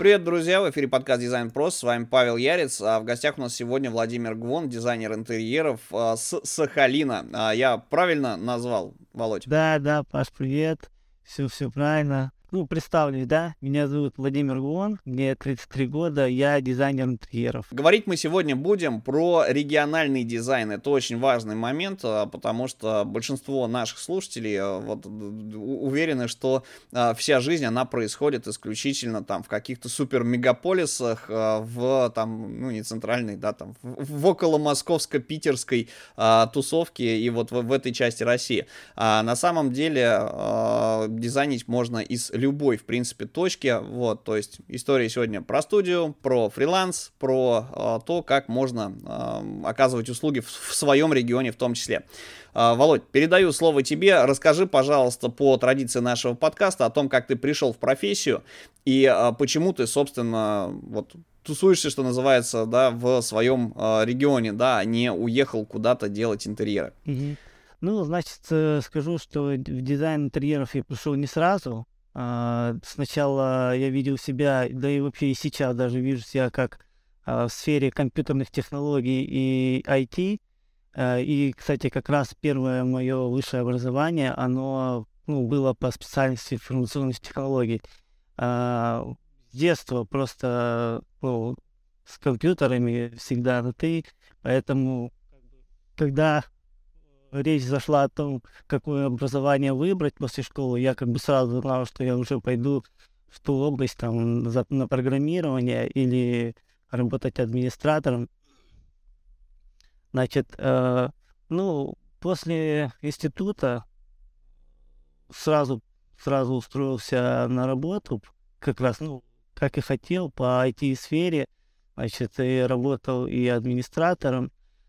Привет, друзья! В эфире подкаст «Дизайн Просто». С вами Павел Ярец. А в гостях у нас сегодня Владимир Гвон, дизайнер интерьеров с Сахалина. Я правильно назвал, Володь? Да, Паш, привет. Все правильно. Представлюсь, да? Меня зовут Владимир Гуон, мне 33 года, я дизайнер интерьеров. Говорить мы сегодня будем про региональный дизайн. Это очень важный момент, потому что большинство наших слушателей уверены, что вся жизнь, она происходит исключительно там в каких-то супер-мегаполисах, не центральной, да, там, в около московско-питерской тусовке и вот в этой части России. А на самом деле дизайнить можно из любой, в принципе, точки. Вот, то есть история сегодня про студию, про фриланс, про то, как можно оказывать услуги в своем регионе в том числе. Володь, передаю слово тебе. Расскажи, пожалуйста, по традиции нашего подкаста о том, как ты пришел в профессию и почему ты, собственно, вот тусуешься, что называется, да, в своем регионе, да, а не уехал куда-то делать интерьеры. Значит, скажу, что в дизайн интерьеров я пришел не сразу. Сначала я видел себя, да и вообще и сейчас даже вижу себя как в сфере компьютерных технологий и IT. И, кстати, как раз первое мое высшее образование, оно было по специальности информационных технологий. С детства просто с компьютерами всегда на «ты», поэтому когда речь зашла о том, какое образование выбрать после школы, я как бы сразу знал, что я уже пойду в ту область там на программирование или работать администратором. Значит, после института сразу устроился на работу, как раз, как и хотел, по IT-сфере. Значит, и работал и администратором,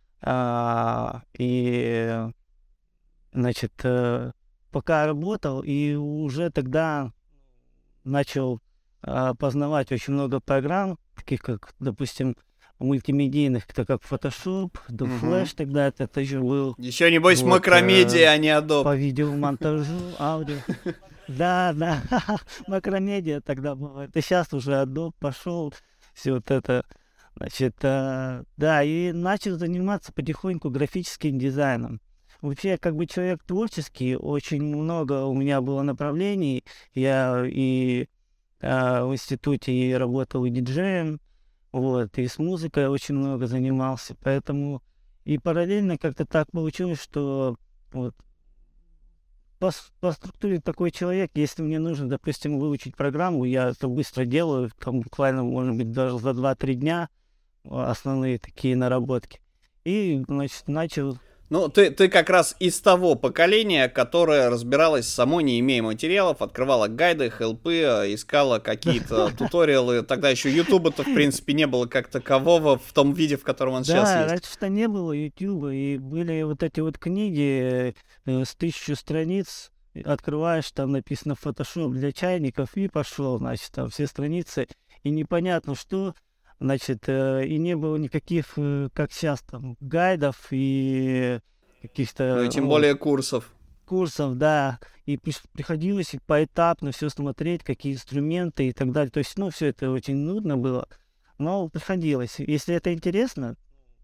Значит, пока работал, и уже тогда начал познавать очень много программ, таких как, допустим, мультимедийных, как Photoshop, Adobe Flash, тогда это еще был. Еще, небось, макромедиа, а не Adobe. По видеомонтажу, аудио. Да, макромедиа тогда было. Это сейчас уже Adobe пошел, все вот это. Значит, да, и начал заниматься потихоньку графическим дизайном. Вообще, я как бы человек творческий, очень много у меня было направлений. Я и в институте и работал и диджеем, вот, и с музыкой очень много занимался. Поэтому и параллельно как-то так получилось, что вот по структуре такой человек, если мне нужно, допустим, выучить программу, я это быстро делаю, там буквально, может быть, даже за 2-3 дня основные такие наработки. И, значит, начал... Ты как раз из того поколения, которое разбиралось самой, не имея материалов, открывала гайды, хелпы, искала какие-то туториалы. Тогда еще Ютуба-то, в принципе, не было как такового в том виде, в котором он сейчас есть. Да, раньше-то не было Ютуба, и были вот эти вот книги с 1000 страниц. Открываешь, там написано Photoshop для чайников, и пошел, значит, там все страницы, и непонятно что... Значит, и не было никаких, как сейчас, там, гайдов и каких-то... и тем более курсов. Курсов, да. И приходилось поэтапно все смотреть, какие инструменты и так далее. То есть, все это очень нудно было, но приходилось. Если это интересно,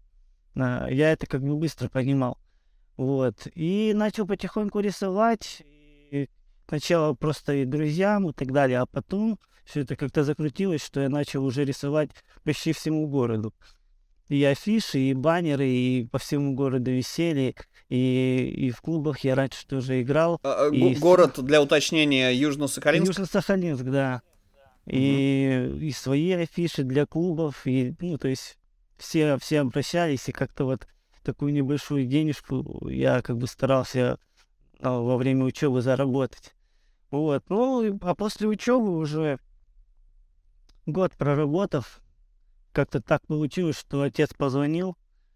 я это как бы быстро понимал. Вот. И начал потихоньку рисовать. И сначала просто и друзьям и так далее, а потом все это как-то закрутилось, что я начал уже рисовать почти всему городу. И афиши, и баннеры, и по всему городу висели, и в клубах я раньше тоже играл. Город, для уточнения, Южно-Сахалинск? Южно-Сахалинск, да. И свои афиши для клубов, и, то есть все обращались, и как-то вот такую небольшую денежку я как бы старался во время учебы заработать. Вот. А после учебы уже год проработав, как-то так получилось, что отец позвонил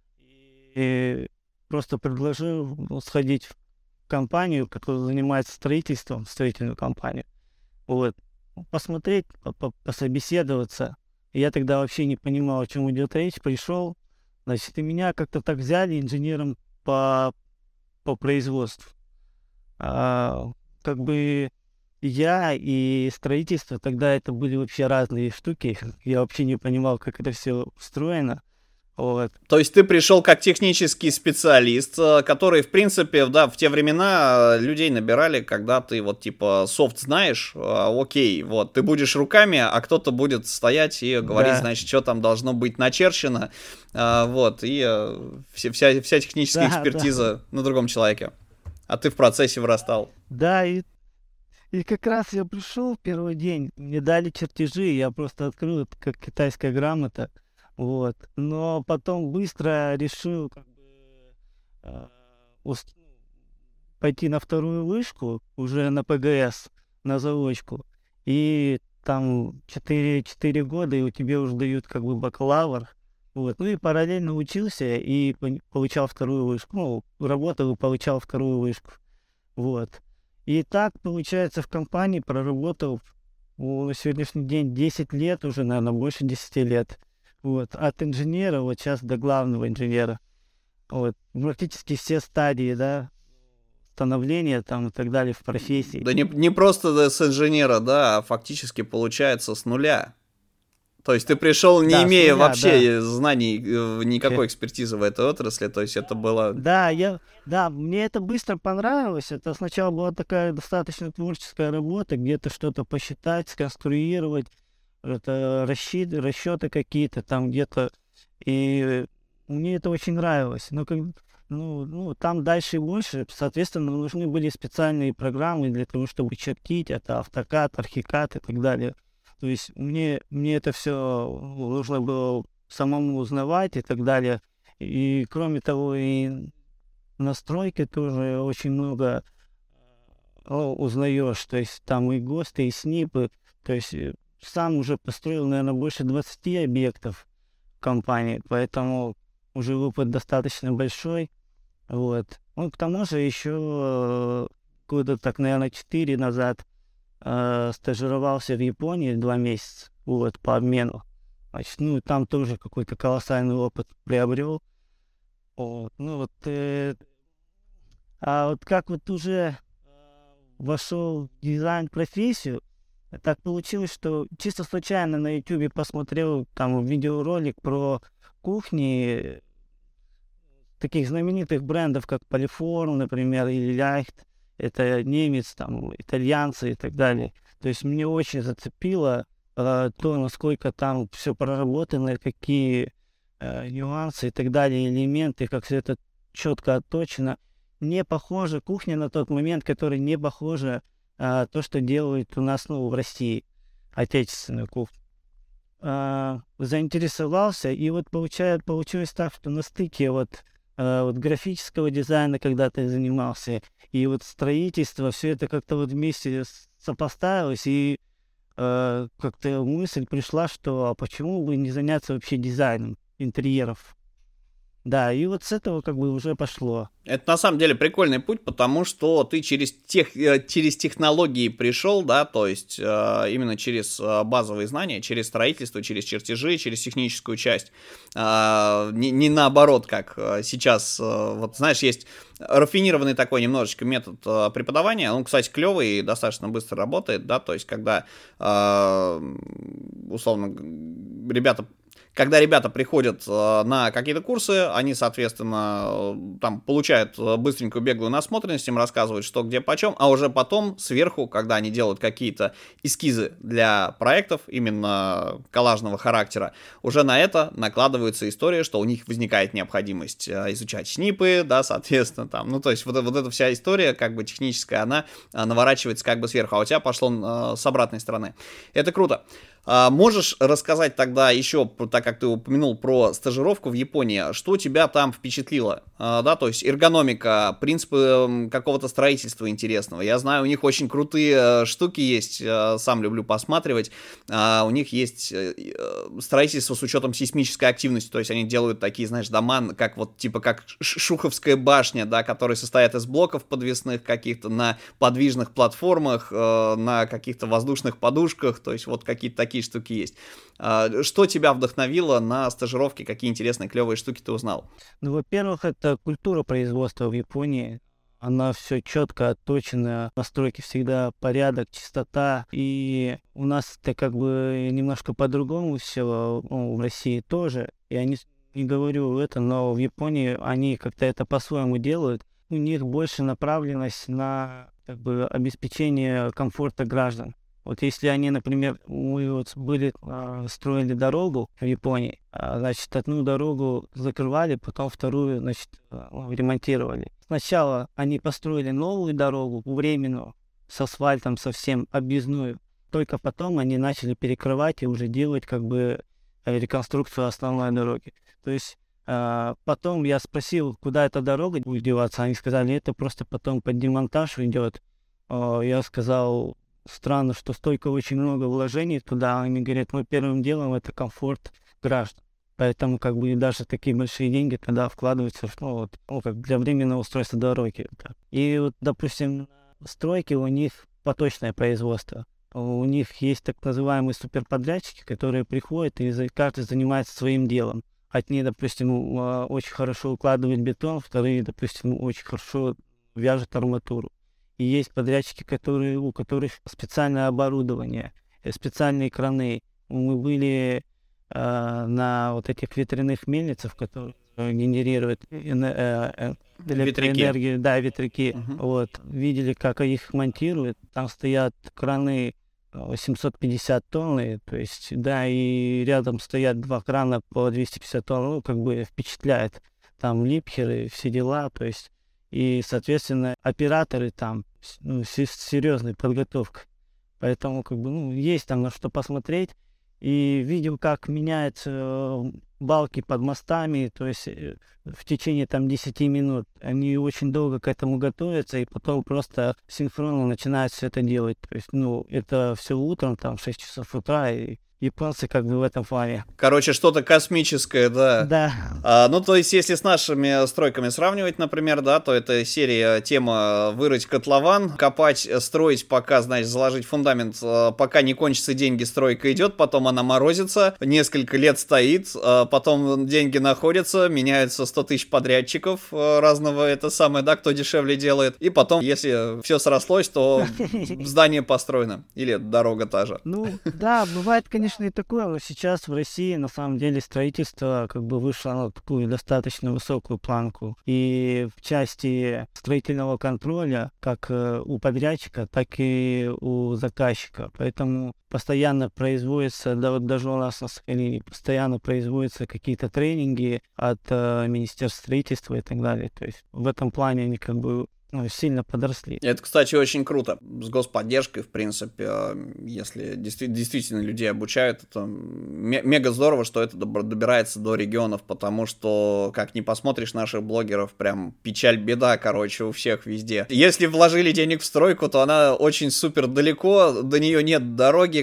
и просто предложил сходить в компанию, которая занимается строительством, строительную компанию. Вот. Посмотреть, пособеседоваться. И я тогда вообще не понимал, о чем идет речь. Пришел, значит, и меня как-то так взяли инженером по производству. Как бы я и строительство, тогда это были вообще разные штуки. Я вообще не понимал, как это все устроено. Вот. То есть ты пришел как технический специалист, который, в принципе, да, в те времена людей набирали, когда ты вот типа софт знаешь, окей, вот, ты будешь руками, а кто-то будет стоять и говорить, Да, значит, что там должно быть начерчено, вот, и вся техническая да, да, экспертиза на другом человеке. А ты в процессе вырастал. да, и как раз я пришел первый день, мне дали чертежи, я просто открыл это как китайская грамота, вот. Но потом быстро решил как бы э, ус- пойти на вторую вышку, уже на ПГС, на заочку, и там 4 года, и у тебя уже дают как бы бакалавр, вот. Ну и параллельно учился и получал вторую вышку, ну, работал и получал вторую вышку. Вот. И так, получается, в компании проработал на сегодняшний день 10 лет, уже, наверное, больше 10 лет. Вот. От инженера вот сейчас до главного инженера. Вот. Практически все стадии, да, становления там и так далее в профессии. Да не просто с инженера, да, а фактически получается с нуля. То есть ты пришел, не Да, с имея нуля, да. вообще знаний, Э, никакой экспертизы в этой отрасли, то есть это было... да, мне это быстро понравилось. Это сначала была такая достаточно творческая работа, где-то что-то посчитать, сконструировать, это расчеты какие-то там где-то. И мне это очень нравилось. Но там дальше и больше, соответственно, нужны были специальные программы для того, чтобы чертить. Это AutoCAD, Archicad и так далее. То есть мне это все нужно было самому узнавать и так далее. И кроме того, и настройки тоже очень много узнаешь. То есть там и ГОСТы, и СНИПы. То есть сам уже построил, наверное, больше 20 объектов компании, поэтому уже опыт достаточно большой. Вот. Ну, к тому же еще года так, наверное, 4 назад стажировался в Японии 2 месяца, вот, по обмену. Значит, ну, там тоже какой-то колоссальный опыт приобрел. Вот. Ну, вот, а вот как вот уже вошел в дизайн-профессию, так получилось, что чисто случайно на YouTube посмотрел там видеоролик про кухни таких знаменитых брендов, как Полиформ, например, или Ляйхт. Это немец, там, итальянцы и так далее. То есть мне очень зацепило то, насколько там все проработано, какие нюансы и так далее, элементы, как все это четко отточено. Не похоже, кухня на тот момент, которая не похожа то, что делают у нас, ну, в России, отечественную кухню. Заинтересовался, и вот получилось так, что на стыке вот графического дизайна когда-то я занимался, и вот строительство, все это как-то вот вместе сопоставилось, и как-то мысль пришла, что а почему бы не заняться вообще дизайном интерьеров? Да, и вот с этого как бы уже пошло. Это на самом деле прикольный путь, потому что ты через технологии пришел, да, то есть именно через базовые знания, через строительство, через чертежи, через техническую часть. Не наоборот, как сейчас, вот знаешь, есть рафинированный такой немножечко метод преподавания, он, кстати, клевый и достаточно быстро работает, да, то есть когда, условно, когда ребята приходят на какие-то курсы, они, соответственно, там получают быстренькую беглую насмотренность, им рассказывают, что где почем, а уже потом сверху, когда они делают какие-то эскизы для проектов именно коллажного характера, уже на это накладывается история, что у них возникает необходимость изучать снипы, да, соответственно, там, ну, то есть вот эта вся история, как бы техническая, она наворачивается как бы сверху, а у тебя пошло с обратной стороны. Это круто. Можешь рассказать тогда еще, так как ты упомянул про стажировку в Японии, что тебя там впечатлило? Да, то есть эргономика, принципы какого-то строительства интересного. Я знаю, у них очень крутые штуки есть, сам люблю посматривать. У них есть строительство с учетом сейсмической активности, то есть они делают такие, знаешь, дома, как вот типа как Шуховская башня, да, которые состоят из блоков подвесных каких-то на подвижных платформах, на каких-то воздушных подушках, то есть вот какие-то такие штуки есть. Что тебя вдохновило на стажировке? Какие интересные, клевые штуки ты узнал? Ну, во-первых, это культура производства в Японии. она все четко отточена, настройки всегда порядок, чистота. И у нас это как бы немножко по-другому все, в России тоже. И они, не говорю это, но в Японии они как-то это по-своему делают. У них больше направленность на как бы обеспечение комфорта граждан. Вот если они, например, мы вот строили дорогу в Японии, значит, одну дорогу закрывали, потом вторую, значит, ремонтировали. Сначала они построили новую дорогу, временную, с асфальтом совсем, объездную. Только потом они начали перекрывать и уже делать как бы реконструкцию основной дороги. То есть потом я спросил, куда эта дорога будет деваться. Они сказали, это просто потом под демонтаж идет. Я сказал, странно, что столько очень много вложений туда. Они говорят, мы первым делом это комфорт граждан. Поэтому как бы даже такие большие деньги тогда вкладываются как для временного устройства дороги. И вот, допустим, стройки у них поточное производство. У них есть так называемые суперподрядчики, которые приходят и каждый занимается своим делом. Одни, допустим, очень хорошо укладывают бетон, вторые, допустим, очень хорошо вяжут арматуру. И есть подрядчики, у которых специальное оборудование, специальные краны. Мы были на вот этих ветряных мельницах, которые генерируют электроэнергию, да, ветряки. Вот. Видели, как их монтируют. Там стоят краны 750 тонн, то есть, да, и рядом стоят два крана по 250 тонн, как бы впечатляет. Там липхеры, все дела, то есть, и, соответственно, операторы там, с серьезной подготовкой. Поэтому, как бы, есть там на что посмотреть. И видел, как меняются балки под мостами, то есть в течение там 10 минут. Они очень долго к этому готовятся, и потом просто синхронно начинают все это делать. То есть, это все утром, там, в 6 часов утра, и японцы как бы в этом плане. Короче, что-то космическое, да. Да. То есть, если с нашими стройками сравнивать, например, да, то это тема вырыть котлован, копать, строить, пока, значит, заложить фундамент, пока не кончатся деньги, стройка идет, потом она морозится, несколько лет стоит, потом деньги находятся, меняются 100 тысяч подрядчиков разного, кто дешевле делает, и потом, если все срослось, то здание построено, или дорога та же. Да, бывает, конечно, и такое, но сейчас в России, на самом деле, строительство как бы вышло на такую достаточно высокую планку. И в части строительного контроля, как у подрядчика, так и у заказчика. Поэтому постоянно производится, даже у нас на Сахалине, постоянно производятся какие-то тренинги от Министерства строительства и так далее. То есть в этом плане они как бы сильно подросли. Это, кстати, очень круто. С господдержкой, в принципе, если действительно людей обучают, это мега здорово, что это добирается до регионов, потому что, как ни посмотришь наших блогеров, прям печаль-беда, у всех везде. Если вложили денег в стройку, то она очень супер далеко, до нее нет дороги,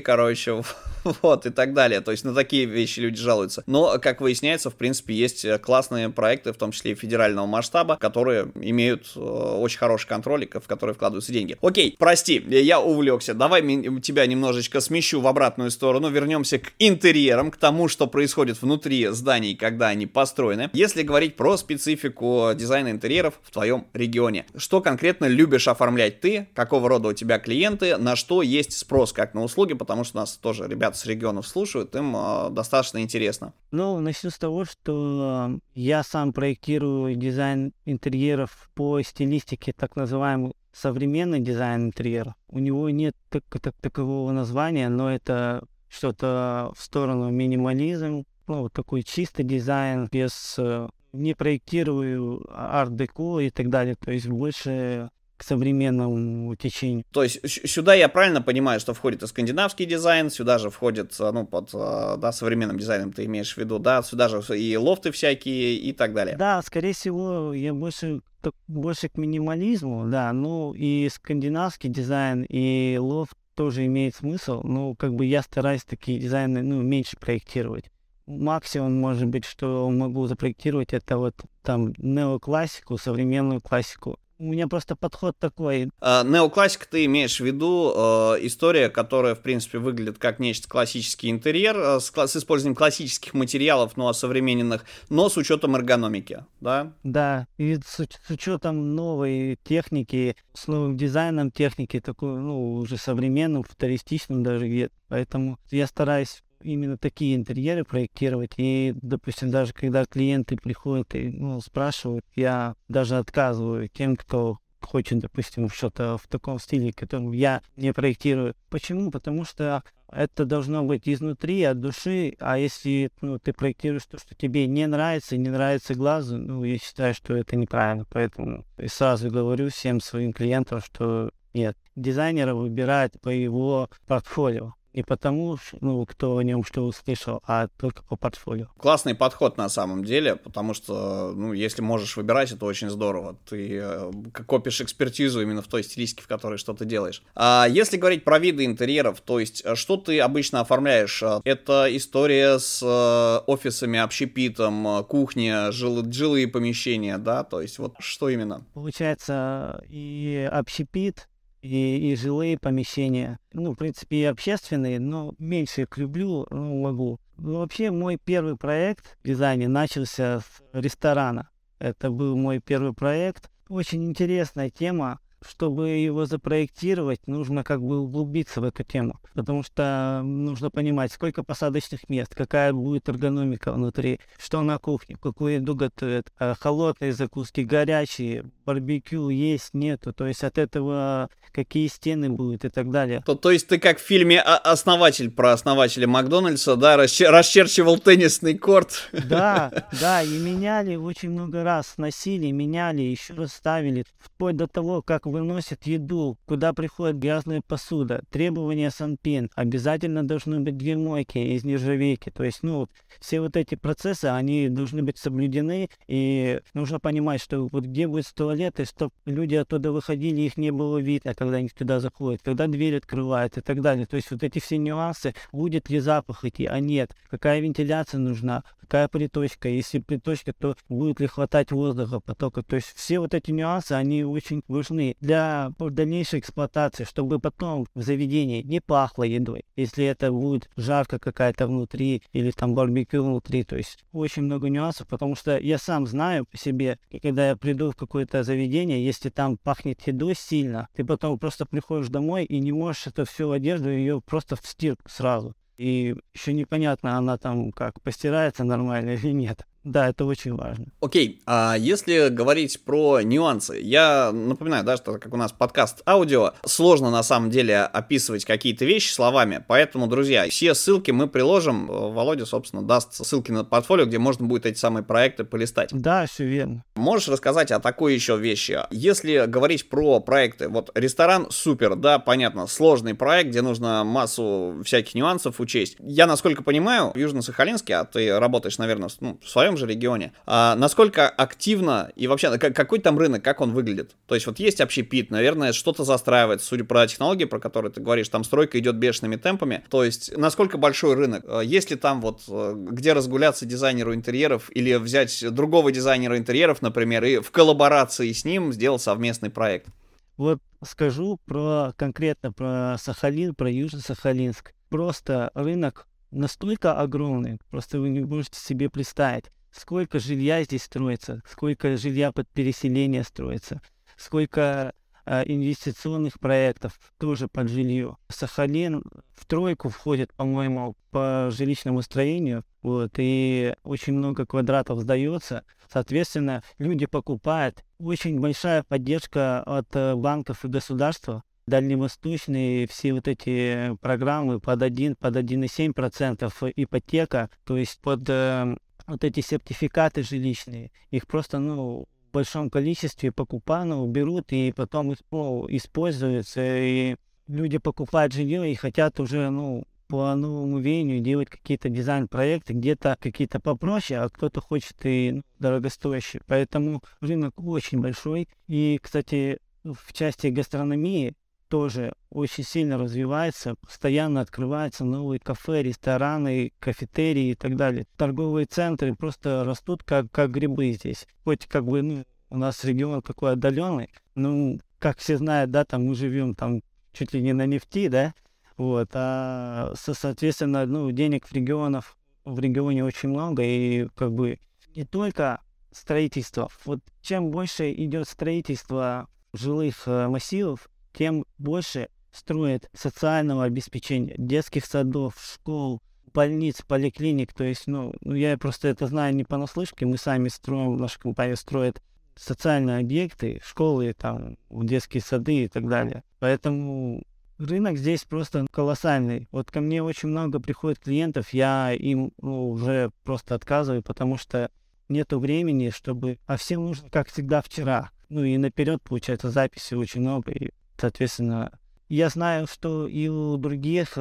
и так далее. То есть на такие вещи люди жалуются. Но, как выясняется, в принципе, есть классные проекты, в том числе и федерального масштаба, которые имеют очень хороший контроль, в которые вкладываются деньги. Окей, прости, я увлекся. Давай тебя немножечко смещу в обратную сторону. Вернемся к интерьерам, к тому, что происходит внутри зданий, когда они построены. Если говорить про специфику дизайна интерьеров в твоем регионе, что конкретно любишь оформлять ты, какого рода у тебя клиенты, на что есть спрос, как на услуги, потому что нас тоже ребята с регионов слушают, им достаточно интересно. Начну с того, что я сам проектирую дизайн интерьеров по стилистике так называемый современный дизайн интерьера. У него нет такового названия, но это что-то в сторону минимализм, такой чистый дизайн, не проектирую арт-деко и так далее, то есть больше к современному течению. То есть сюда я правильно понимаю, что входит и скандинавский дизайн, сюда же входит, под современным дизайном ты имеешь в виду, да, сюда же и лофты всякие и так далее. Да, скорее всего, я больше к минимализму, да, и скандинавский дизайн, и лофт тоже имеет смысл, но я стараюсь такие дизайны, меньше проектировать. Максимум, может быть, что могу запроектировать, это неоклассику, современную классику. У меня просто подход такой. Неоклассик ты имеешь в виду история, которая, в принципе, выглядит как нечто классический интерьер с использованием классических материалов, ну, осовремененных, но с учетом эргономики, да? Да, и с учетом новой техники, с новым дизайном техники, такой, ну, уже современным, футуристичным даже где-то. Поэтому я стараюсь именно такие интерьеры проектировать. И, допустим, даже когда клиенты приходят и, ну, спрашивают, я даже отказываю тем, кто хочет, допустим, что-то в таком стиле, которым я не проектирую. Почему? Потому что это должно быть изнутри, от души, а если, ну, ты проектируешь то, что тебе не нравится глазу, ну, я считаю, что это неправильно. Поэтому и сразу говорю всем своим клиентам, что нет, дизайнера выбирать по его портфолио. Не потому, ну, кто о нем что услышал, а только по портфолио. Классный подход на самом деле, потому что, ну, если можешь выбирать, это очень здорово. Ты копишь экспертизу именно в той стилистике, в которой что ты делаешь. А если говорить про виды интерьеров, то есть, что ты обычно оформляешь? Это история с офисами, общепитом, кухня, жилые помещения, да? То есть, вот что именно? Получается, и общепит, и жилые помещения. Ну, в принципе, и общественные, но меньше их люблю, ну, могу. Ну, вообще, мой первый проект в дизайне начался с ресторана. Это был мой первый проект. Очень интересная тема. Чтобы его запроектировать, нужно как бы углубиться в эту тему, потому что нужно понимать, сколько посадочных мест, какая будет эргономика внутри, что на кухне, какую еду готовят, холодные закуски, горячие, барбекю есть, нету, то есть от этого какие стены будут и так далее. То есть ты как в фильме «Основатель» про основателя Макдональдса, да, расчерчивал теннисный корт? Да, и меняли очень много раз, сносили, меняли, еще раз ставили, вплоть до того, как выносят еду, куда приходит грязная посуда, требования Санпин, обязательно должны быть 2 мойки из нержавейки, то есть, ну, все вот эти процессы, они должны быть соблюдены, и нужно понимать, что вот где будет туалеты, чтобы люди оттуда выходили, их не было видно, когда они туда заходят, когда дверь открывают и так далее, то есть вот эти все нюансы, будет ли запах идти, а нет, какая вентиляция нужна, какая приточка, если приточка, то будет ли хватать воздуха, потока, то есть все вот эти нюансы, они очень важны для дальнейшей эксплуатации, чтобы потом в заведении не пахло едой, если это будет жарко какая-то внутри или там барбекю внутри, то есть очень много нюансов, потому что я сам знаю по себе, когда я приду в какое-то заведение, если там пахнет едой сильно, ты потом просто приходишь домой и не можешь это всю одежду, ее просто в стирку сразу. И еще непонятно, она там как постирается нормально или нет. Да, это очень важно. Окей, а если говорить про нюансы, я напоминаю, да, что как у нас подкаст аудио, сложно на самом деле описывать какие-то вещи словами, поэтому, друзья, все ссылки мы приложим, Володя, собственно, даст ссылки на портфолио, где можно будет эти самые проекты полистать. Да, все верно. Можешь рассказать о такой еще вещи? Если говорить про проекты, вот ресторан супер, да, понятно, сложный проект, где нужно массу всяких нюансов учесть. Я, насколько понимаю, в Южно-Сахалинске, а ты работаешь, наверное, в своем же регионе, насколько активно и вообще, какой там рынок, как он выглядит? То есть вот есть общепит, наверное, что-то застраивается, судя по технологии, про которые ты говоришь, там стройка идет бешеными темпами, то есть насколько большой рынок? Есть ли там вот, где разгуляться дизайнеру интерьеров или взять другого дизайнера интерьеров, например, и в коллаборации с ним сделать совместный проект? Вот скажу конкретно про Сахалин, про Южно-Сахалинск. Просто рынок настолько огромный, просто вы не можете себе представить, сколько жилья здесь строится, сколько жилья под переселение строится, сколько инвестиционных проектов тоже под жилье. Сахалин в тройку входит, по-моему, по жилищному строению, вот, и очень много квадратов сдается. Соответственно, люди покупают. Очень большая поддержка от банков и государства. Дальневосточные все вот эти программы под 1,7% ипотека, то есть под вот эти сертификаты жилищные, их просто, ну, в большом количестве покупают, берут и потом используются, и люди покупают жилье и хотят уже, ну, по новому веянию делать какие-то дизайн-проекты, где-то какие-то попроще, а кто-то хочет и дорогостоящие. Поэтому рынок очень большой. И, кстати, в части гастрономии тоже очень сильно развивается, постоянно открываются новые кафе, рестораны, кафетерии и так далее. Торговые центры просто растут как грибы здесь. Хоть как бы, ну, у нас регион такой отдаленный, Ну, как все знают, да, там мы живем там чуть ли не на нефти, да, вот, соответственно, ну, денег в регионе очень много, и как бы не только строительство. Вот чем больше идет строительство жилых массивов, тем больше строят социального обеспечения, детских садов, школ, больниц, поликлиник. То есть, ну я просто это знаю не понаслышке, мы сами строим, наша компания строит социальные объекты, школы, там, детские сады и так далее. Поэтому рынок здесь просто колоссальный. Вот ко мне очень много приходит клиентов, я им уже просто отказываю, потому что нету времени, чтобы... А всем нужно, как всегда, вчера. Ну и наперед, получается, записи очень много. И, соответственно, я знаю, что и у других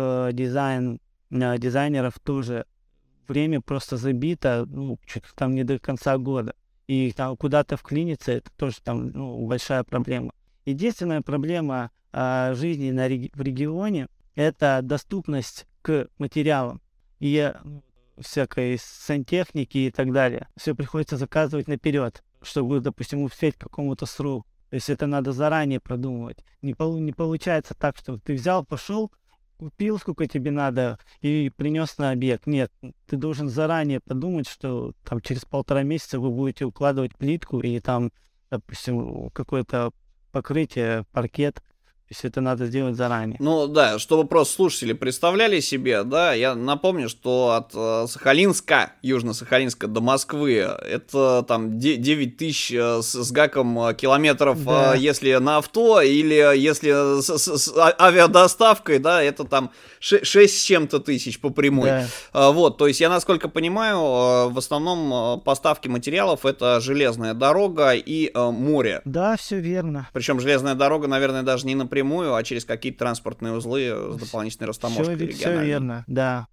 дизайнеров тоже время просто забито, ну, что-то там не до конца года. И там куда-то вклиниться, это тоже там, ну, большая проблема. Единственная проблема жизни в регионе — это доступность к материалам и всякой сантехники и так далее. Все приходится заказывать наперед, чтобы, допустим, успеть к какому-то сроку. То есть это надо заранее продумывать. Не получается так, что ты взял, пошел, купил, сколько тебе надо, и принес на объект. Нет, ты должен заранее подумать, что там через 1,5 месяца вы будете укладывать плитку и там, допустим, какое-то покрытие, паркет. То есть это надо сделать заранее. Ну да, чтобы просто слушатели представляли себе, да, я напомню, что от Сахалинска, Южно-Сахалинска до Москвы, это там 9 тысяч с гаком километров, Да. Если на авто, или если с авиадоставкой, да, это там 6 с чем-то тысяч по прямой. Да. Вот, то есть я, насколько понимаю, в основном поставки материалов — это железная дорога и море. Да, все верно. Причем железная дорога, наверное, даже не напрямую, а через какие-то транспортные узлы с дополнительной растаможкой региональной. Все верно, да.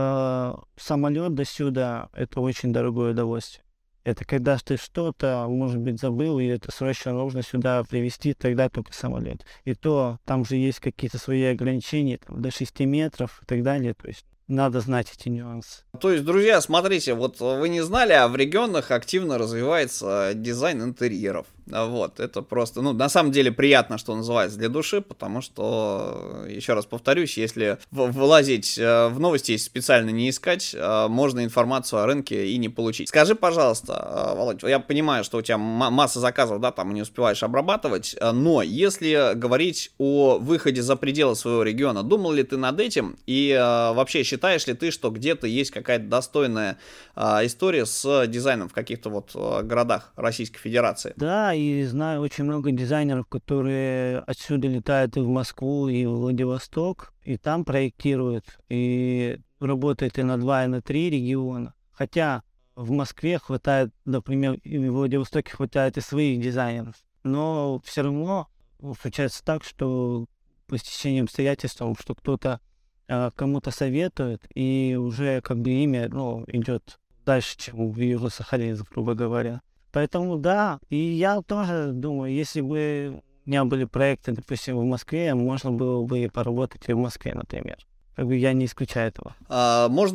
Самолет до сюда — это очень дорогое удовольствие. Это когда ты что-то, может быть, забыл, и это срочно нужно сюда привезти, тогда только самолет. И то там же есть какие-то свои ограничения, там, до 6 метров и так далее. То есть надо знать эти нюансы. То есть, друзья, смотрите, вот вы не знали, а в регионах активно развивается дизайн интерьеров. Вот, это просто, ну, на самом деле приятно, что называется, для души, потому что, еще раз повторюсь, если вылазить в новости, если специально не искать, можно информацию о рынке и не получить. Скажи, пожалуйста, Володь, я понимаю, что у тебя масса заказов, да, там не успеваешь обрабатывать, но если говорить о выходе за пределы своего региона, думал ли ты над этим и вообще считаешь ли ты, что где-то есть какая-то достойная история с дизайном в каких-то вот городах Российской Федерации? Да, и знаю очень много дизайнеров, которые отсюда летают и в Москву, и в Владивосток, и там проектируют, и работают и на 2, и на 3 региона. Хотя в Москве хватает, например, и в Владивостоке хватает и своих дизайнеров. Но все равно случается так, что по стечению обстоятельств, что кто-то кому-то советует, и уже как бы имя, ну, идет дальше, чем в Южно-Сахалинск, грубо говоря. Поэтому да, и я тоже думаю, если бы у меня были проекты, допустим, в Москве, можно было бы поработать и в Москве, например. Как бы я не исключаю этого. Можно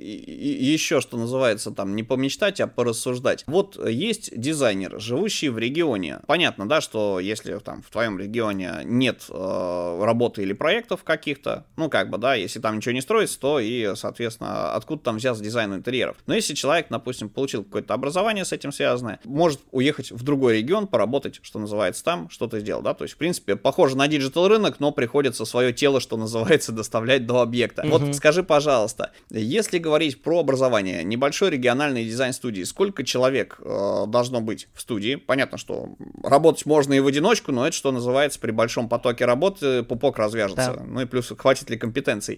еще, что называется, там, не помечтать, а порассуждать. Вот есть дизайнер, живущий в регионе. Понятно, да, что если там в твоем регионе нет работы или проектов каких-то, ну, как бы, да, если там ничего не строится, то и, соответственно, откуда там взялся дизайн интерьеров. Но если человек, допустим, получил какое-то образование с этим связанное, может уехать в другой регион, поработать, что называется, там, что-то сделал, да, то есть, в принципе, похоже на диджитал рынок, но приходится свое тело, что называется, доставлять до объекта. Вот скажи, пожалуйста, если говорить про образование, небольшой региональный дизайн-студии, сколько человек должно быть в студии? Понятно, что работать можно и в одиночку, но это, что называется, при большом потоке работы пупок развяжется. Да. Ну и плюс, хватит ли компетенций?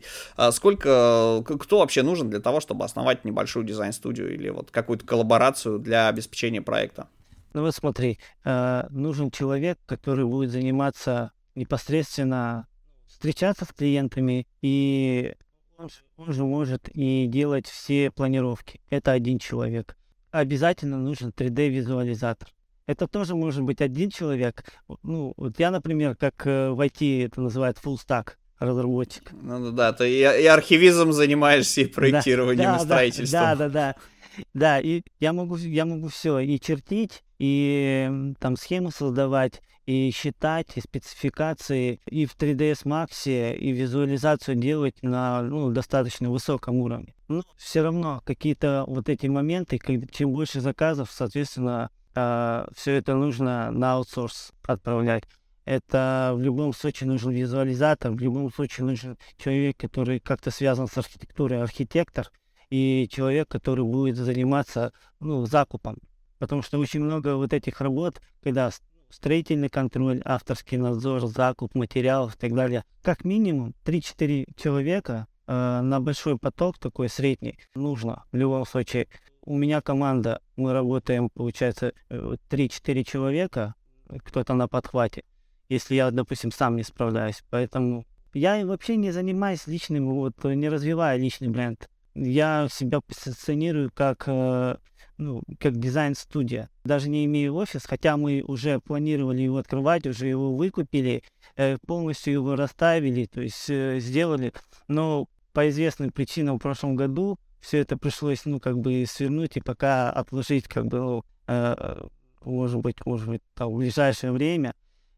Кто вообще нужен для того, чтобы основать небольшую дизайн-студию или вот какую-то коллаборацию для обеспечения проекта? Ну вот смотри, нужен человек, который будет заниматься непосредственно, встречаться с клиентами, и он же может и делать все планировки. Это один человек. Обязательно нужен 3D-визуализатор. Это тоже может быть один человек. Ну, вот я, например, как в IT это называют full stack разработчик. Ну да, ты и архивизм занимаешься, и проектированием, и строительством. Да, и я могу все и чертить, и там схемы создавать, и считать, и спецификации, и в 3ds Max, и визуализацию делать на достаточно высоком уровне. Но все равно какие-то вот эти моменты, чем больше заказов, соответственно, все это нужно на аутсорс отправлять. Это в любом случае нужен визуализатор, в любом случае нужен человек, который как-то связан с архитектурой, архитектор, и человек, который будет заниматься закупом. Потому что очень много вот этих работ, когда строительный контроль, авторский надзор, закуп материалов и так далее, как минимум 3-4 человека на большой поток, такой средний, нужно в любом случае. У меня команда, мы работаем, получается, 3-4 человека, кто-то на подхвате, если я, допустим, сам не справляюсь. Поэтому я вообще не занимаюсь личным, не развиваю личный бренд. Я себя позиционирую как дизайн-студия. Даже не имею офис, хотя мы уже планировали его открывать, уже его выкупили, полностью его расставили, то есть сделали. Но по известным причинам в прошлом году все это пришлось, свернуть и пока отложить, может быть, там, в ближайшее время.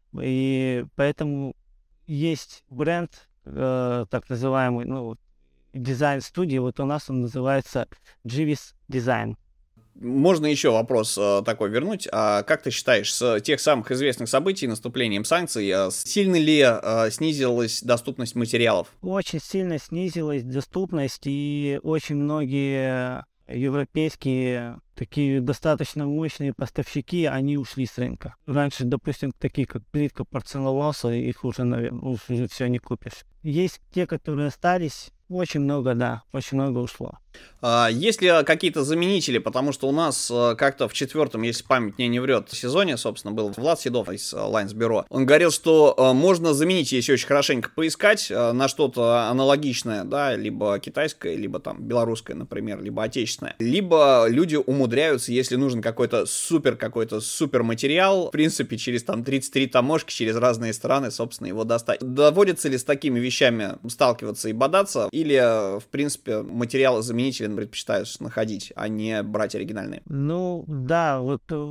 И поэтому есть бренд, так называемый, дизайн-студии, у нас он называется Jivis Design. Можно еще вопрос такой вернуть. А как ты считаешь, с тех самых известных событий, наступлением санкций, сильно ли снизилась доступность материалов? Очень сильно снизилась доступность, и очень многие европейские такие достаточно мощные поставщики, они ушли с рынка. Раньше, допустим, такие как плитка порцеланоса, их уже, наверное, уже все не купишь. Есть те, которые остались. Очень много ушло. Есть ли какие-то заменители? Потому что у нас как-то в 4-м, если память мне не врет, сезоне, собственно, был Влад Седов из Lines Bureau. Он говорил, что можно заменить, если очень хорошенько поискать, на что-то аналогичное, да, либо китайское, либо там белорусское, например, либо отечественное. Либо люди умудряются, если нужен какой-то супер материал, в принципе, через там 33 таможки, через разные страны, собственно, его достать. Доводится ли с такими вещами сталкиваться и бодаться? Или, в принципе, материалы-заменители предпочитаешь находить, а не брать оригинальные? Да,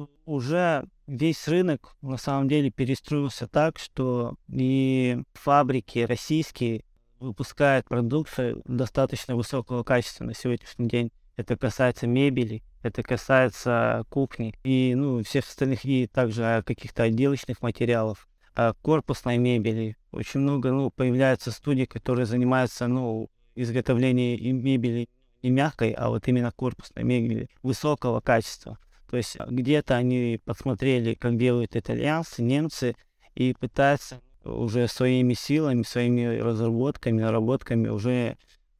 уже весь рынок на самом деле перестроился так, что и фабрики российские выпускают продукцию достаточно высокого качества на сегодняшний день. Это касается мебели, это касается кухни и всех остальных, и также каких-то отделочных материалов, корпусной мебели. Очень много появляются студии, которые занимаются изготовлением мебели не мягкой, а вот именно корпусной мебели высокого качества. То есть где-то они посмотрели, как делают итальянцы, немцы, и пытаются уже своими силами, своими разработками, наработками уже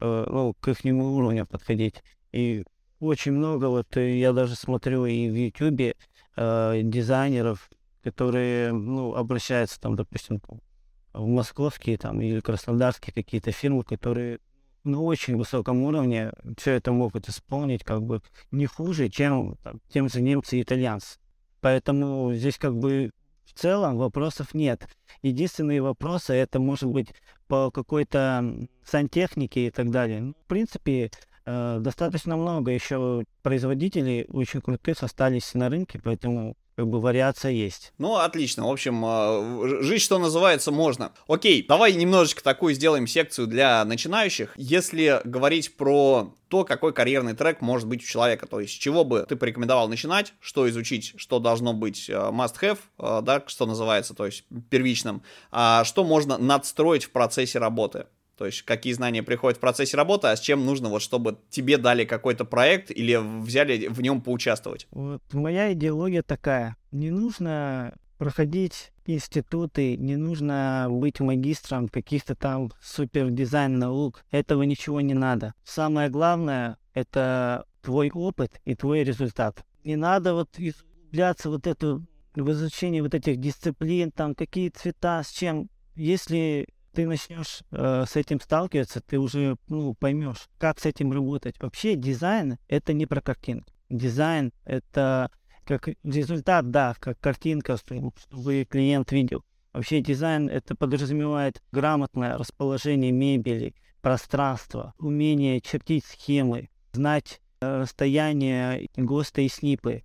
к их уровню подходить. И очень много, я даже смотрю и в Ютубе дизайнеров, которые обращаются там, допустим, в московские там или краснодарские какие-то фирмы, которые на очень высоком уровне все это могут исполнить не хуже, чем тем же немцы и итальянцы. Поэтому здесь в целом вопросов нет. Единственные вопросы это может быть по какой-то сантехнике и так далее. В принципе, достаточно много еще производителей очень крутых остались на рынке, поэтому вариация есть. Отлично. В общем, жить, что называется, можно. Окей, давай немножечко такую сделаем секцию для начинающих. Если говорить про то, какой карьерный трек может быть у человека, то есть с чего бы ты порекомендовал начинать, что изучить, что должно быть must-have, да, что называется, то есть первичным, а что можно надстроить в процессе работы. То есть, какие знания приходят в процессе работы, а с чем нужно, чтобы тебе дали какой-то проект или взяли в нем поучаствовать? Моя идеология такая. Не нужно проходить институты, не нужно быть магистром каких-то там супер дизайн наук. Этого ничего не надо. Самое главное — это твой опыт и твой результат. Не надо углубляться в изучение этих дисциплин, там какие цвета, с чем. Если ты начнешь с этим сталкиваться, ты уже поймешь, как с этим работать. Вообще дизайн — это не про картинку. Дизайн — это как результат, да, как картинка, чтобы клиент видел. Вообще дизайн — это подразумевает грамотное расположение мебели, пространства, умение чертить схемы, знать расстояние ГОСТа и СНИПы,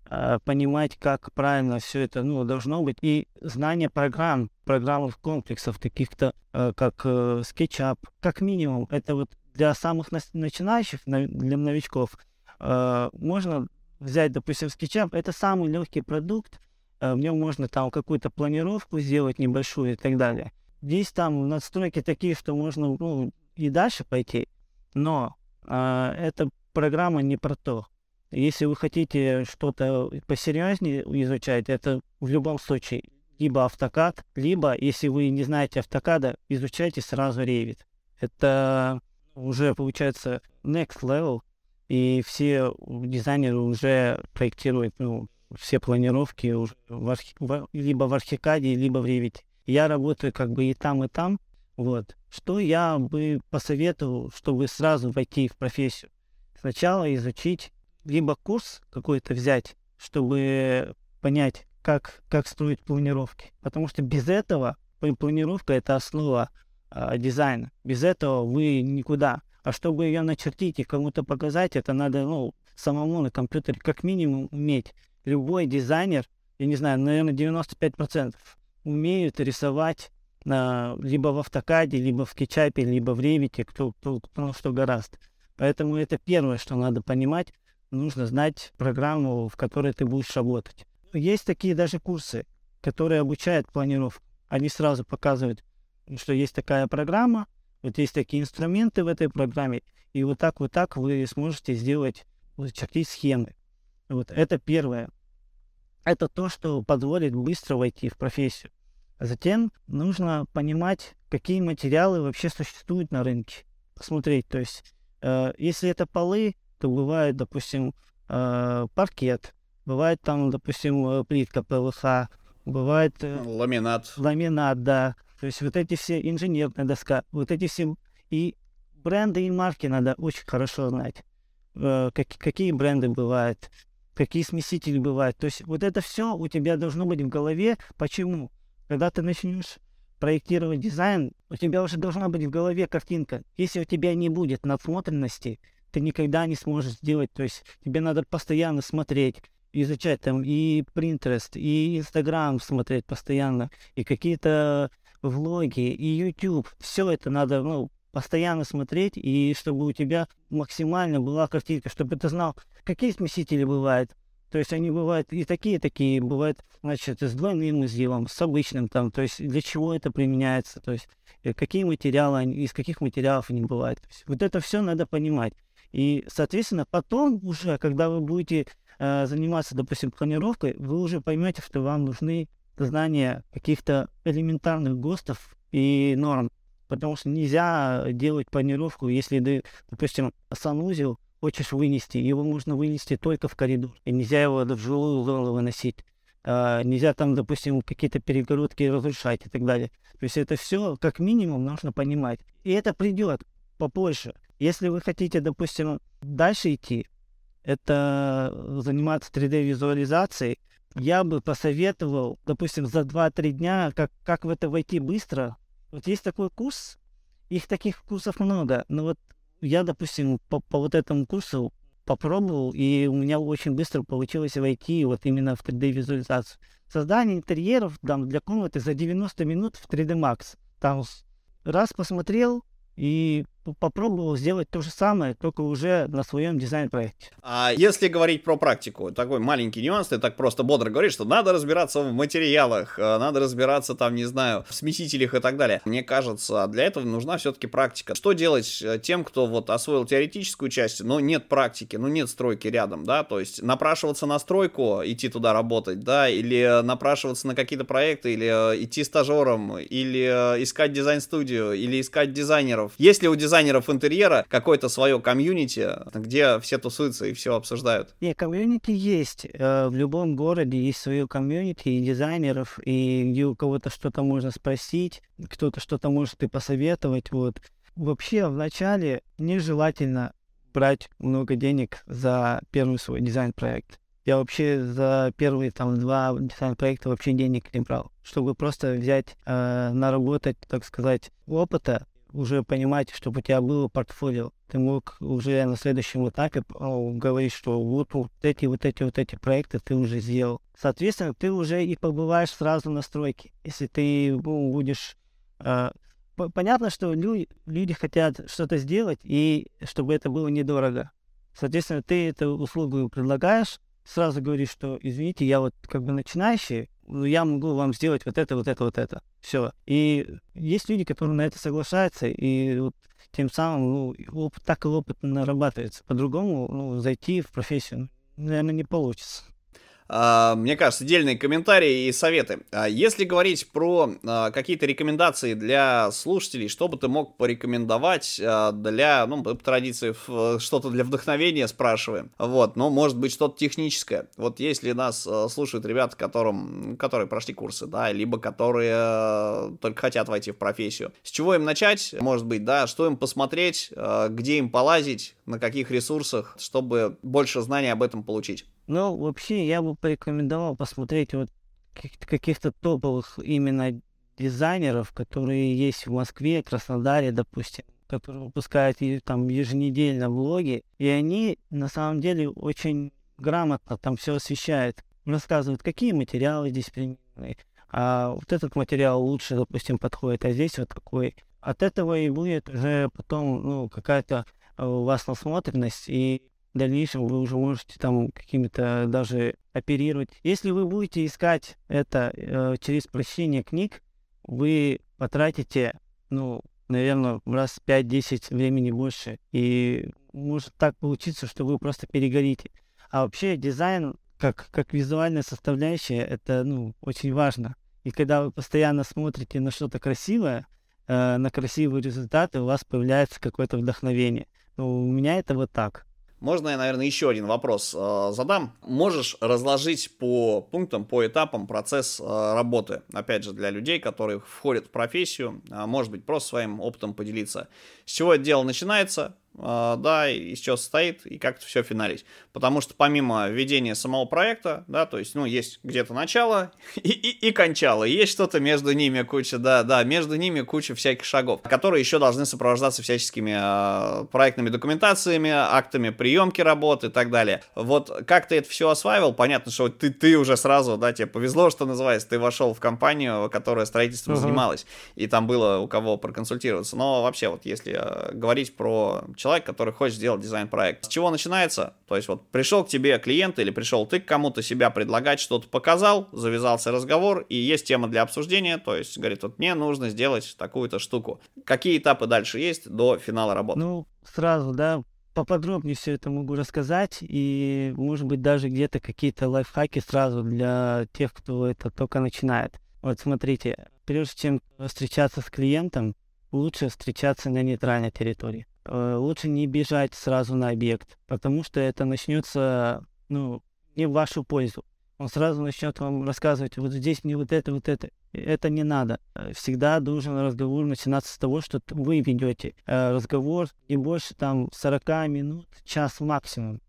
понимать, как правильно все это должно быть, и знание программных комплексов, таких-то, как SketchUp, как минимум, это вот для самых начинающих, для новичков, можно взять, допустим, SketchUp, это самый легкий продукт, в нем можно там какую-то планировку сделать небольшую и так далее. Здесь там настройки такие, что можно и дальше пойти, но эта программа не про то. Если вы хотите что-то посерьезнее изучать, это в любом случае либо AutoCAD, либо, если вы не знаете AutoCAD, изучайте сразу Revit. Это уже получается next level, и все дизайнеры уже проектируют все планировки уже либо в ArchiCAD, либо в Revit. Я работаю как бы и там, и там. Вот. Что я бы посоветовал, чтобы сразу войти в профессию? Сначала изучить, либо курс какой-то взять, чтобы понять, как строить планировки. Потому что без этого планировка — это основа дизайна. Без этого вы никуда. А чтобы ее начертить и кому-то показать, это надо самому на компьютере как минимум уметь. Любой дизайнер, я не знаю, наверное, 95% умеют рисовать либо в AutoCAD, либо в SketchUp, либо в Revit, кто что гораст. Поэтому это первое, что надо понимать. Нужно знать программу, в которой ты будешь работать. Есть такие даже курсы, которые обучают планировку. Они сразу показывают, что есть такая программа, вот есть такие инструменты в этой программе, и вот так вы сможете сделать, чертить схемы. Вот это первое. Это то, что позволит быстро войти в профессию. А затем нужно понимать, какие материалы вообще существуют на рынке. Посмотреть, то есть, если это полы, то бывает, допустим, паркет, бывает там, допустим, плитка ПВХ, бывает ламинат, да. То есть вот эти все, инженерная доска, вот эти все, и бренды и марки надо очень хорошо знать. Какие бренды бывают, какие смесители бывают. То есть вот это все у тебя должно быть в голове. Почему? Когда ты начнешь проектировать дизайн, у тебя уже должна быть в голове картинка. Если у тебя не будет насмотренности, ты никогда не сможешь сделать. То есть тебе надо постоянно смотреть, изучать там и Pinterest, и Instagram смотреть постоянно, и какие-то влоги, и YouTube. Все это надо постоянно смотреть, и чтобы у тебя максимально была картинка, чтобы ты знал, какие смесители бывают. То есть они бывают и такие, бывают, значит, с двойным изъемом, с обычным там, то есть для чего это применяется, то есть какие материалы, из каких материалов они бывают. То есть вот это все надо понимать. И, соответственно, потом уже, когда вы будете заниматься, допустим, планировкой, вы уже поймете, что вам нужны знания каких-то элементарных ГОСТов и норм. Потому что нельзя делать планировку, если ты, допустим, санузел хочешь вынести, его можно вынести только в коридор. И нельзя его в жилую зону выносить. Нельзя там, допустим, какие-то перегородки разрушать и так далее. То есть это все как минимум нужно понимать. И это придет попозже. Если вы хотите, допустим, дальше идти, это заниматься 3D-визуализацией, я бы посоветовал, допустим, за 2-3 дня, как в это войти быстро. Вот есть такой курс, их таких курсов много, но вот я, допустим, по вот этому курсу попробовал, и у меня очень быстро получилось войти вот именно в 3D-визуализацию. Создание интерьеров там, для комнаты за 90 минут в 3D Max. Там раз посмотрел и попробовал сделать то же самое, только уже на своем дизайн-проекте. А если говорить про практику, такой маленький нюанс, ты так просто бодро говоришь, что надо разбираться в материалах, надо разбираться там, не знаю, в смесителях и так далее. Мне кажется, для этого нужна все-таки практика. Что делать тем, кто вот освоил теоретическую часть, но нет практики, нет стройки рядом, да, то есть напрашиваться на стройку, идти туда работать, да, или напрашиваться на какие-то проекты, или идти стажером, или искать дизайн-студию, или искать дизайнеров. Есть ли у дизайнеров интерьера какое-то свое комьюнити, где все тусуются и все обсуждают? Не, комьюнити есть. В любом городе есть свое комьюнити и дизайнеров, и где у кого-то что-то можно спросить, кто-то что-то может и посоветовать. Вот. Вообще, вначале нежелательно брать много денег за первый свой дизайн-проект. Я вообще за первые 2 дизайн-проекта вообще денег не брал, чтобы просто взять, наработать, так сказать, опыта. уже понимать, чтобы у тебя было портфолио. Ты мог уже на следующем этапе говорить, что вот эти проекты ты уже сделал. Соответственно, ты уже и побываешь сразу на стройке. Если ты будешь... Понятно, что люди хотят что-то сделать, и чтобы это было недорого. Соответственно, ты эту услугу предлагаешь, сразу говоришь, что, извините, я вот как бы начинающий, но я могу вам сделать вот это. Все. И есть люди, которые на это соглашаются, и вот тем самым так и опыт нарабатывается. По-другому зайти в профессию, наверное, не получится. Мне кажется, дельные комментарии и советы. Если говорить про какие-то рекомендации для слушателей, что бы ты мог порекомендовать для, по традиции, что-то для вдохновения спрашиваем. Вот, но может быть что-то техническое. Вот если нас слушают ребята, которые прошли курсы, да, либо которые только хотят войти в профессию. С чего им начать? Может быть, да, что им посмотреть, где им полазить, на каких ресурсах, чтобы больше знаний об этом получить. Ну, вообще, я бы порекомендовал посмотреть вот каких-то топовых именно дизайнеров, которые есть в Москве, Краснодаре, допустим, которые выпускают там еженедельно влоги, и они на самом деле очень грамотно там все освещают, рассказывают, какие материалы здесь применены, а вот этот материал лучше, допустим, подходит, а здесь вот такой. От этого и будет уже потом, какая-то у вас насмотренность, и в дальнейшем вы уже можете там какими-то даже оперировать. Если вы будете искать это через прочтение книг, вы потратите, наверное, раз 5-10 времени больше. И может так получиться, что вы просто перегорите. А вообще дизайн, как визуальная составляющая, это, очень важно. И когда вы постоянно смотрите на что-то красивое, на красивые результаты, у вас появляется какое-то вдохновение. У меня это вот так. Можно я, наверное, еще один вопрос задам? Можешь разложить по пунктам, по этапам процесс работы? Опять же, для людей, которые входят в профессию, может быть, просто своим опытом поделиться. С чего это дело начинается? Да, из чего состоит и как это все финалить. Потому что помимо ведения самого проекта, да, то есть, есть где-то начало и кончало. Есть что-то между ними, между ними куча всяких шагов, которые еще должны сопровождаться всяческими проектными документациями, актами приемки работы и так далее. Вот как ты это все осваивал? Понятно, что ты уже сразу, да, тебе повезло, что называется, ты вошел в компанию, которая строительством занималась, и там было у кого проконсультироваться. Но вообще, вот если говорить про человек, который хочет сделать дизайн-проект. С чего начинается? То есть вот пришел к тебе клиент или пришел ты к кому-то себя предлагать, что-то показал, завязался разговор, и есть тема для обсуждения, то есть говорит, вот мне нужно сделать такую-то штуку. Какие этапы дальше есть до финала работы? Сразу, да, поподробнее все это могу рассказать, и, может быть, даже где-то какие-то лайфхаки сразу для тех, кто это только начинает. Вот смотрите, прежде чем встречаться с клиентом, лучше встречаться на нейтральной территории. Лучше не бежать сразу на объект, потому что это начнется, не в вашу пользу. Он сразу начнет вам рассказывать, вот здесь мне вот это. Это не надо. Всегда должен разговор начинаться с того, что вы ведете разговор не больше 40 минут, час максимум.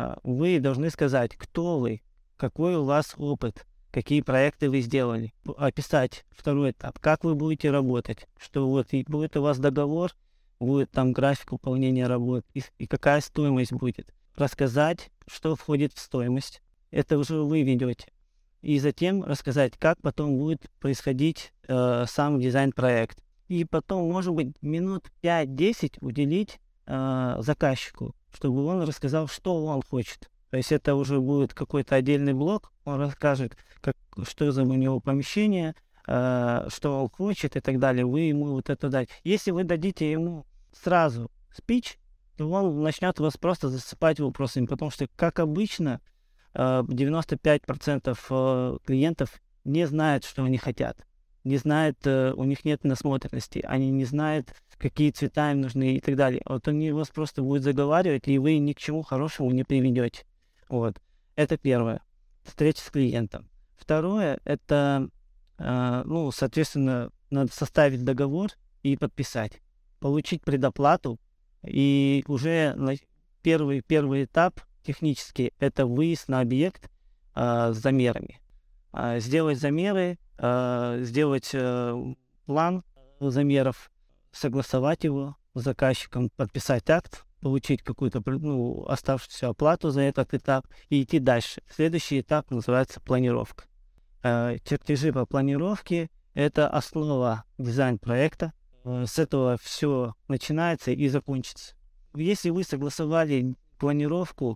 Вы должны сказать, кто вы, какой у вас опыт, какие проекты вы сделали. Описать второй этап, как вы будете работать, что вот и будет у вас договор, будет там график выполнения работ и какая стоимость будет. Рассказать, что входит в стоимость. Это уже вы ведете. И затем рассказать, как потом будет происходить сам дизайн-проект. И потом, может быть, минут 5-10 уделить заказчику, чтобы он рассказал, что он хочет. То есть это уже будет какой-то отдельный блок, он расскажет, что за у него помещение, что он хочет и так далее. Вы ему вот это дать. Если вы дадите ему сразу спич, то он начнет вас просто засыпать вопросами, потому что, как обычно, 95% клиентов не знают, что они хотят. Не знают, у них нет насмотренности, они не знают, какие цвета им нужны и так далее. Вот они вас просто будут заговаривать, и вы ни к чему хорошему не приведете. Вот. Это первое. Встреча с клиентом. Второе, это, соответственно, надо составить договор и подписать. Получить предоплату, и уже первый этап технический — это выезд на объект с замерами. Сделать замеры, сделать план замеров, согласовать его с заказчиком, подписать акт, получить какую-то оставшуюся оплату за этот этап и идти дальше. Следующий этап называется планировка. Чертежи по планировке — это основа дизайн-проекта. С этого все начинается и закончится. Если вы согласовали планировку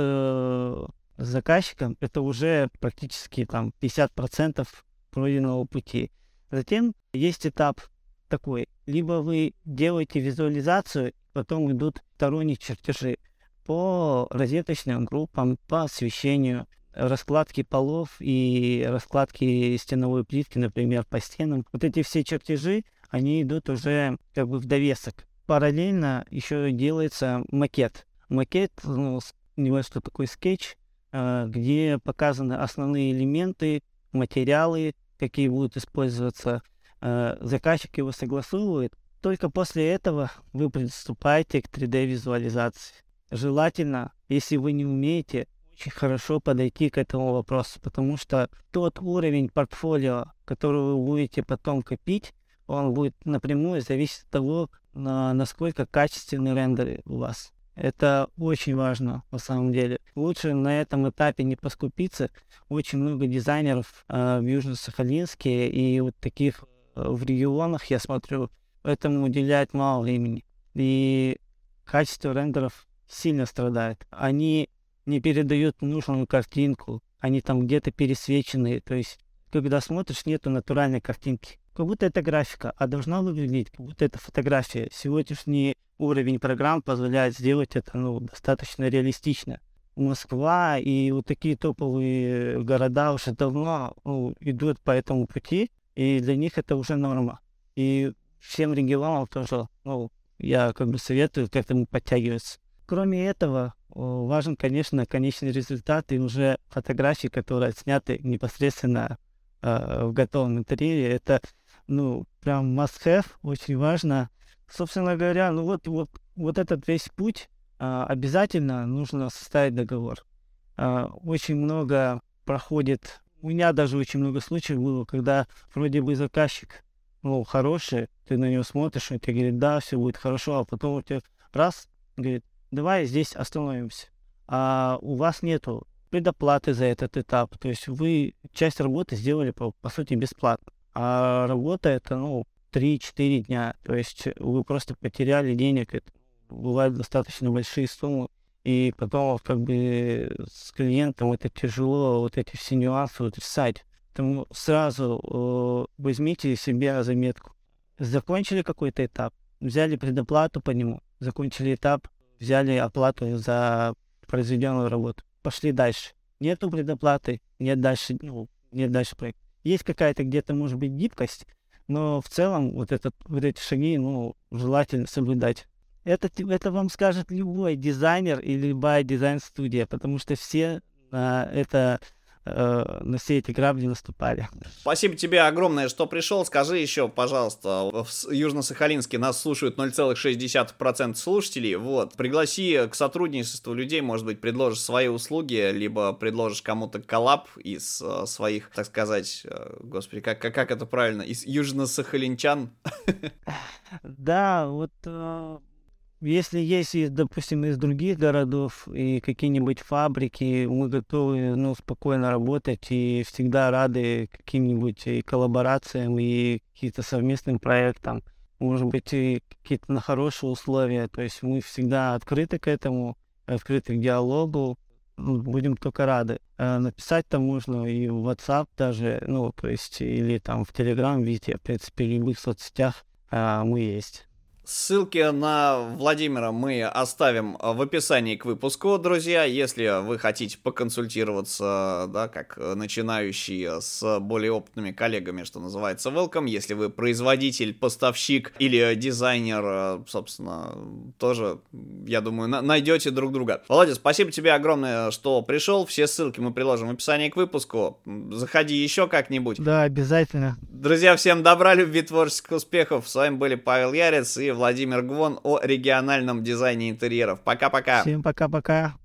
с заказчиком, это уже практически 50% пройденного пути. Затем есть этап такой. Либо вы делаете визуализацию, потом идут сторонние чертежи по розеточным группам, по освещению, раскладки полов и раскладки стеновой плитки, например, по стенам. Вот эти все чертежи, они идут уже в довесок. Параллельно еще делается макет. Макет, небольшой такой скетч, где показаны основные элементы, материалы, какие будут использоваться. Заказчик его согласовывает. Только после этого вы приступаете к 3D-визуализации. Желательно, если вы не умеете, очень хорошо подойти к этому вопросу, потому что тот уровень портфолио, который вы будете потом копить, он будет напрямую зависеть от того, насколько качественные рендеры у вас. Это очень важно на самом деле. Лучше на этом этапе не поскупиться. Очень много дизайнеров в Южно-Сахалинске и вот таких в регионах, я смотрю, этому уделяют мало времени. И качество рендеров сильно страдает. Они не передают нужную картинку. Они там где-то пересвечены. То есть, когда смотришь, нету натуральной картинки. Как будто это графика, а должна выглядеть, как будто это фотография. Сегодняшний уровень программ позволяет сделать это достаточно реалистично. Москва и вот такие топовые города уже давно идут по этому пути, и для них это уже норма. И всем регионам тоже, я советую к этому подтягиваться. Кроме этого, важен, конечно, конечный результат и уже фотографии, которые отсняты непосредственно в готовом интерьере. Это прям must-have, очень важно. Собственно говоря, вот этот весь путь обязательно нужно составить договор. Очень много проходит, у меня даже очень много случаев было, когда вроде бы заказчик, хороший, ты на него смотришь, и ты говоришь, да, все будет хорошо, а потом у тебя раз, говорит, давай здесь остановимся. А у вас нету предоплаты за этот этап, то есть вы часть работы сделали, по сути, бесплатно. А работа это, 3-4 дня. То есть вы просто потеряли денег. Это бывают достаточно большие суммы. И потом с клиентом это тяжело, вот эти все нюансы решать. Поэтому сразу возьмите себе на заметку. Закончили какой-то этап, взяли предоплату по нему, закончили этап, взяли оплату за произведенную работу. Пошли дальше. Нету предоплаты, нет дальше проекта. Есть какая-то где-то, может быть, гибкость, но в целом вот эти шаги, желательно соблюдать. Это вам скажет любой дизайнер или любая дизайн-студия, потому что все на все эти грабли наступали. Спасибо тебе огромное, что пришел. Скажи еще, пожалуйста, в Южно-Сахалинске нас слушают 0,6% слушателей. Пригласи к сотрудничеству людей, может быть, предложишь свои услуги, либо предложишь кому-то коллаб из своих, так сказать, господи, как это правильно, из южно-сахалинчан. Да, если есть, допустим, из других городов и какие-нибудь фабрики, мы готовы, спокойно работать и всегда рады каким-нибудь и коллаборациям, и каким-то совместным проектам. Может быть, и какие-то на хорошие условия. То есть мы всегда открыты к этому, открыты к диалогу. Будем только рады. Написать там можно и в WhatsApp даже, или там в Telegram, везде, в принципе, в любых соцсетях мы есть. Ссылки на Владимира мы оставим в описании к выпуску, друзья. Если вы хотите поконсультироваться, как начинающий, с более опытными коллегами, что называется, welcome. Если вы производитель, поставщик или дизайнер, собственно, тоже, я думаю, найдете друг друга. Володя, спасибо тебе огромное, что пришел. Все ссылки мы приложим в описании к выпуску. Заходи еще как-нибудь. Да, обязательно. Друзья, всем добра, любви, творческих успехов. С вами были Павел Ярец и Владимир Гвон о региональном дизайне интерьеров. Пока-пока. Всем пока-пока.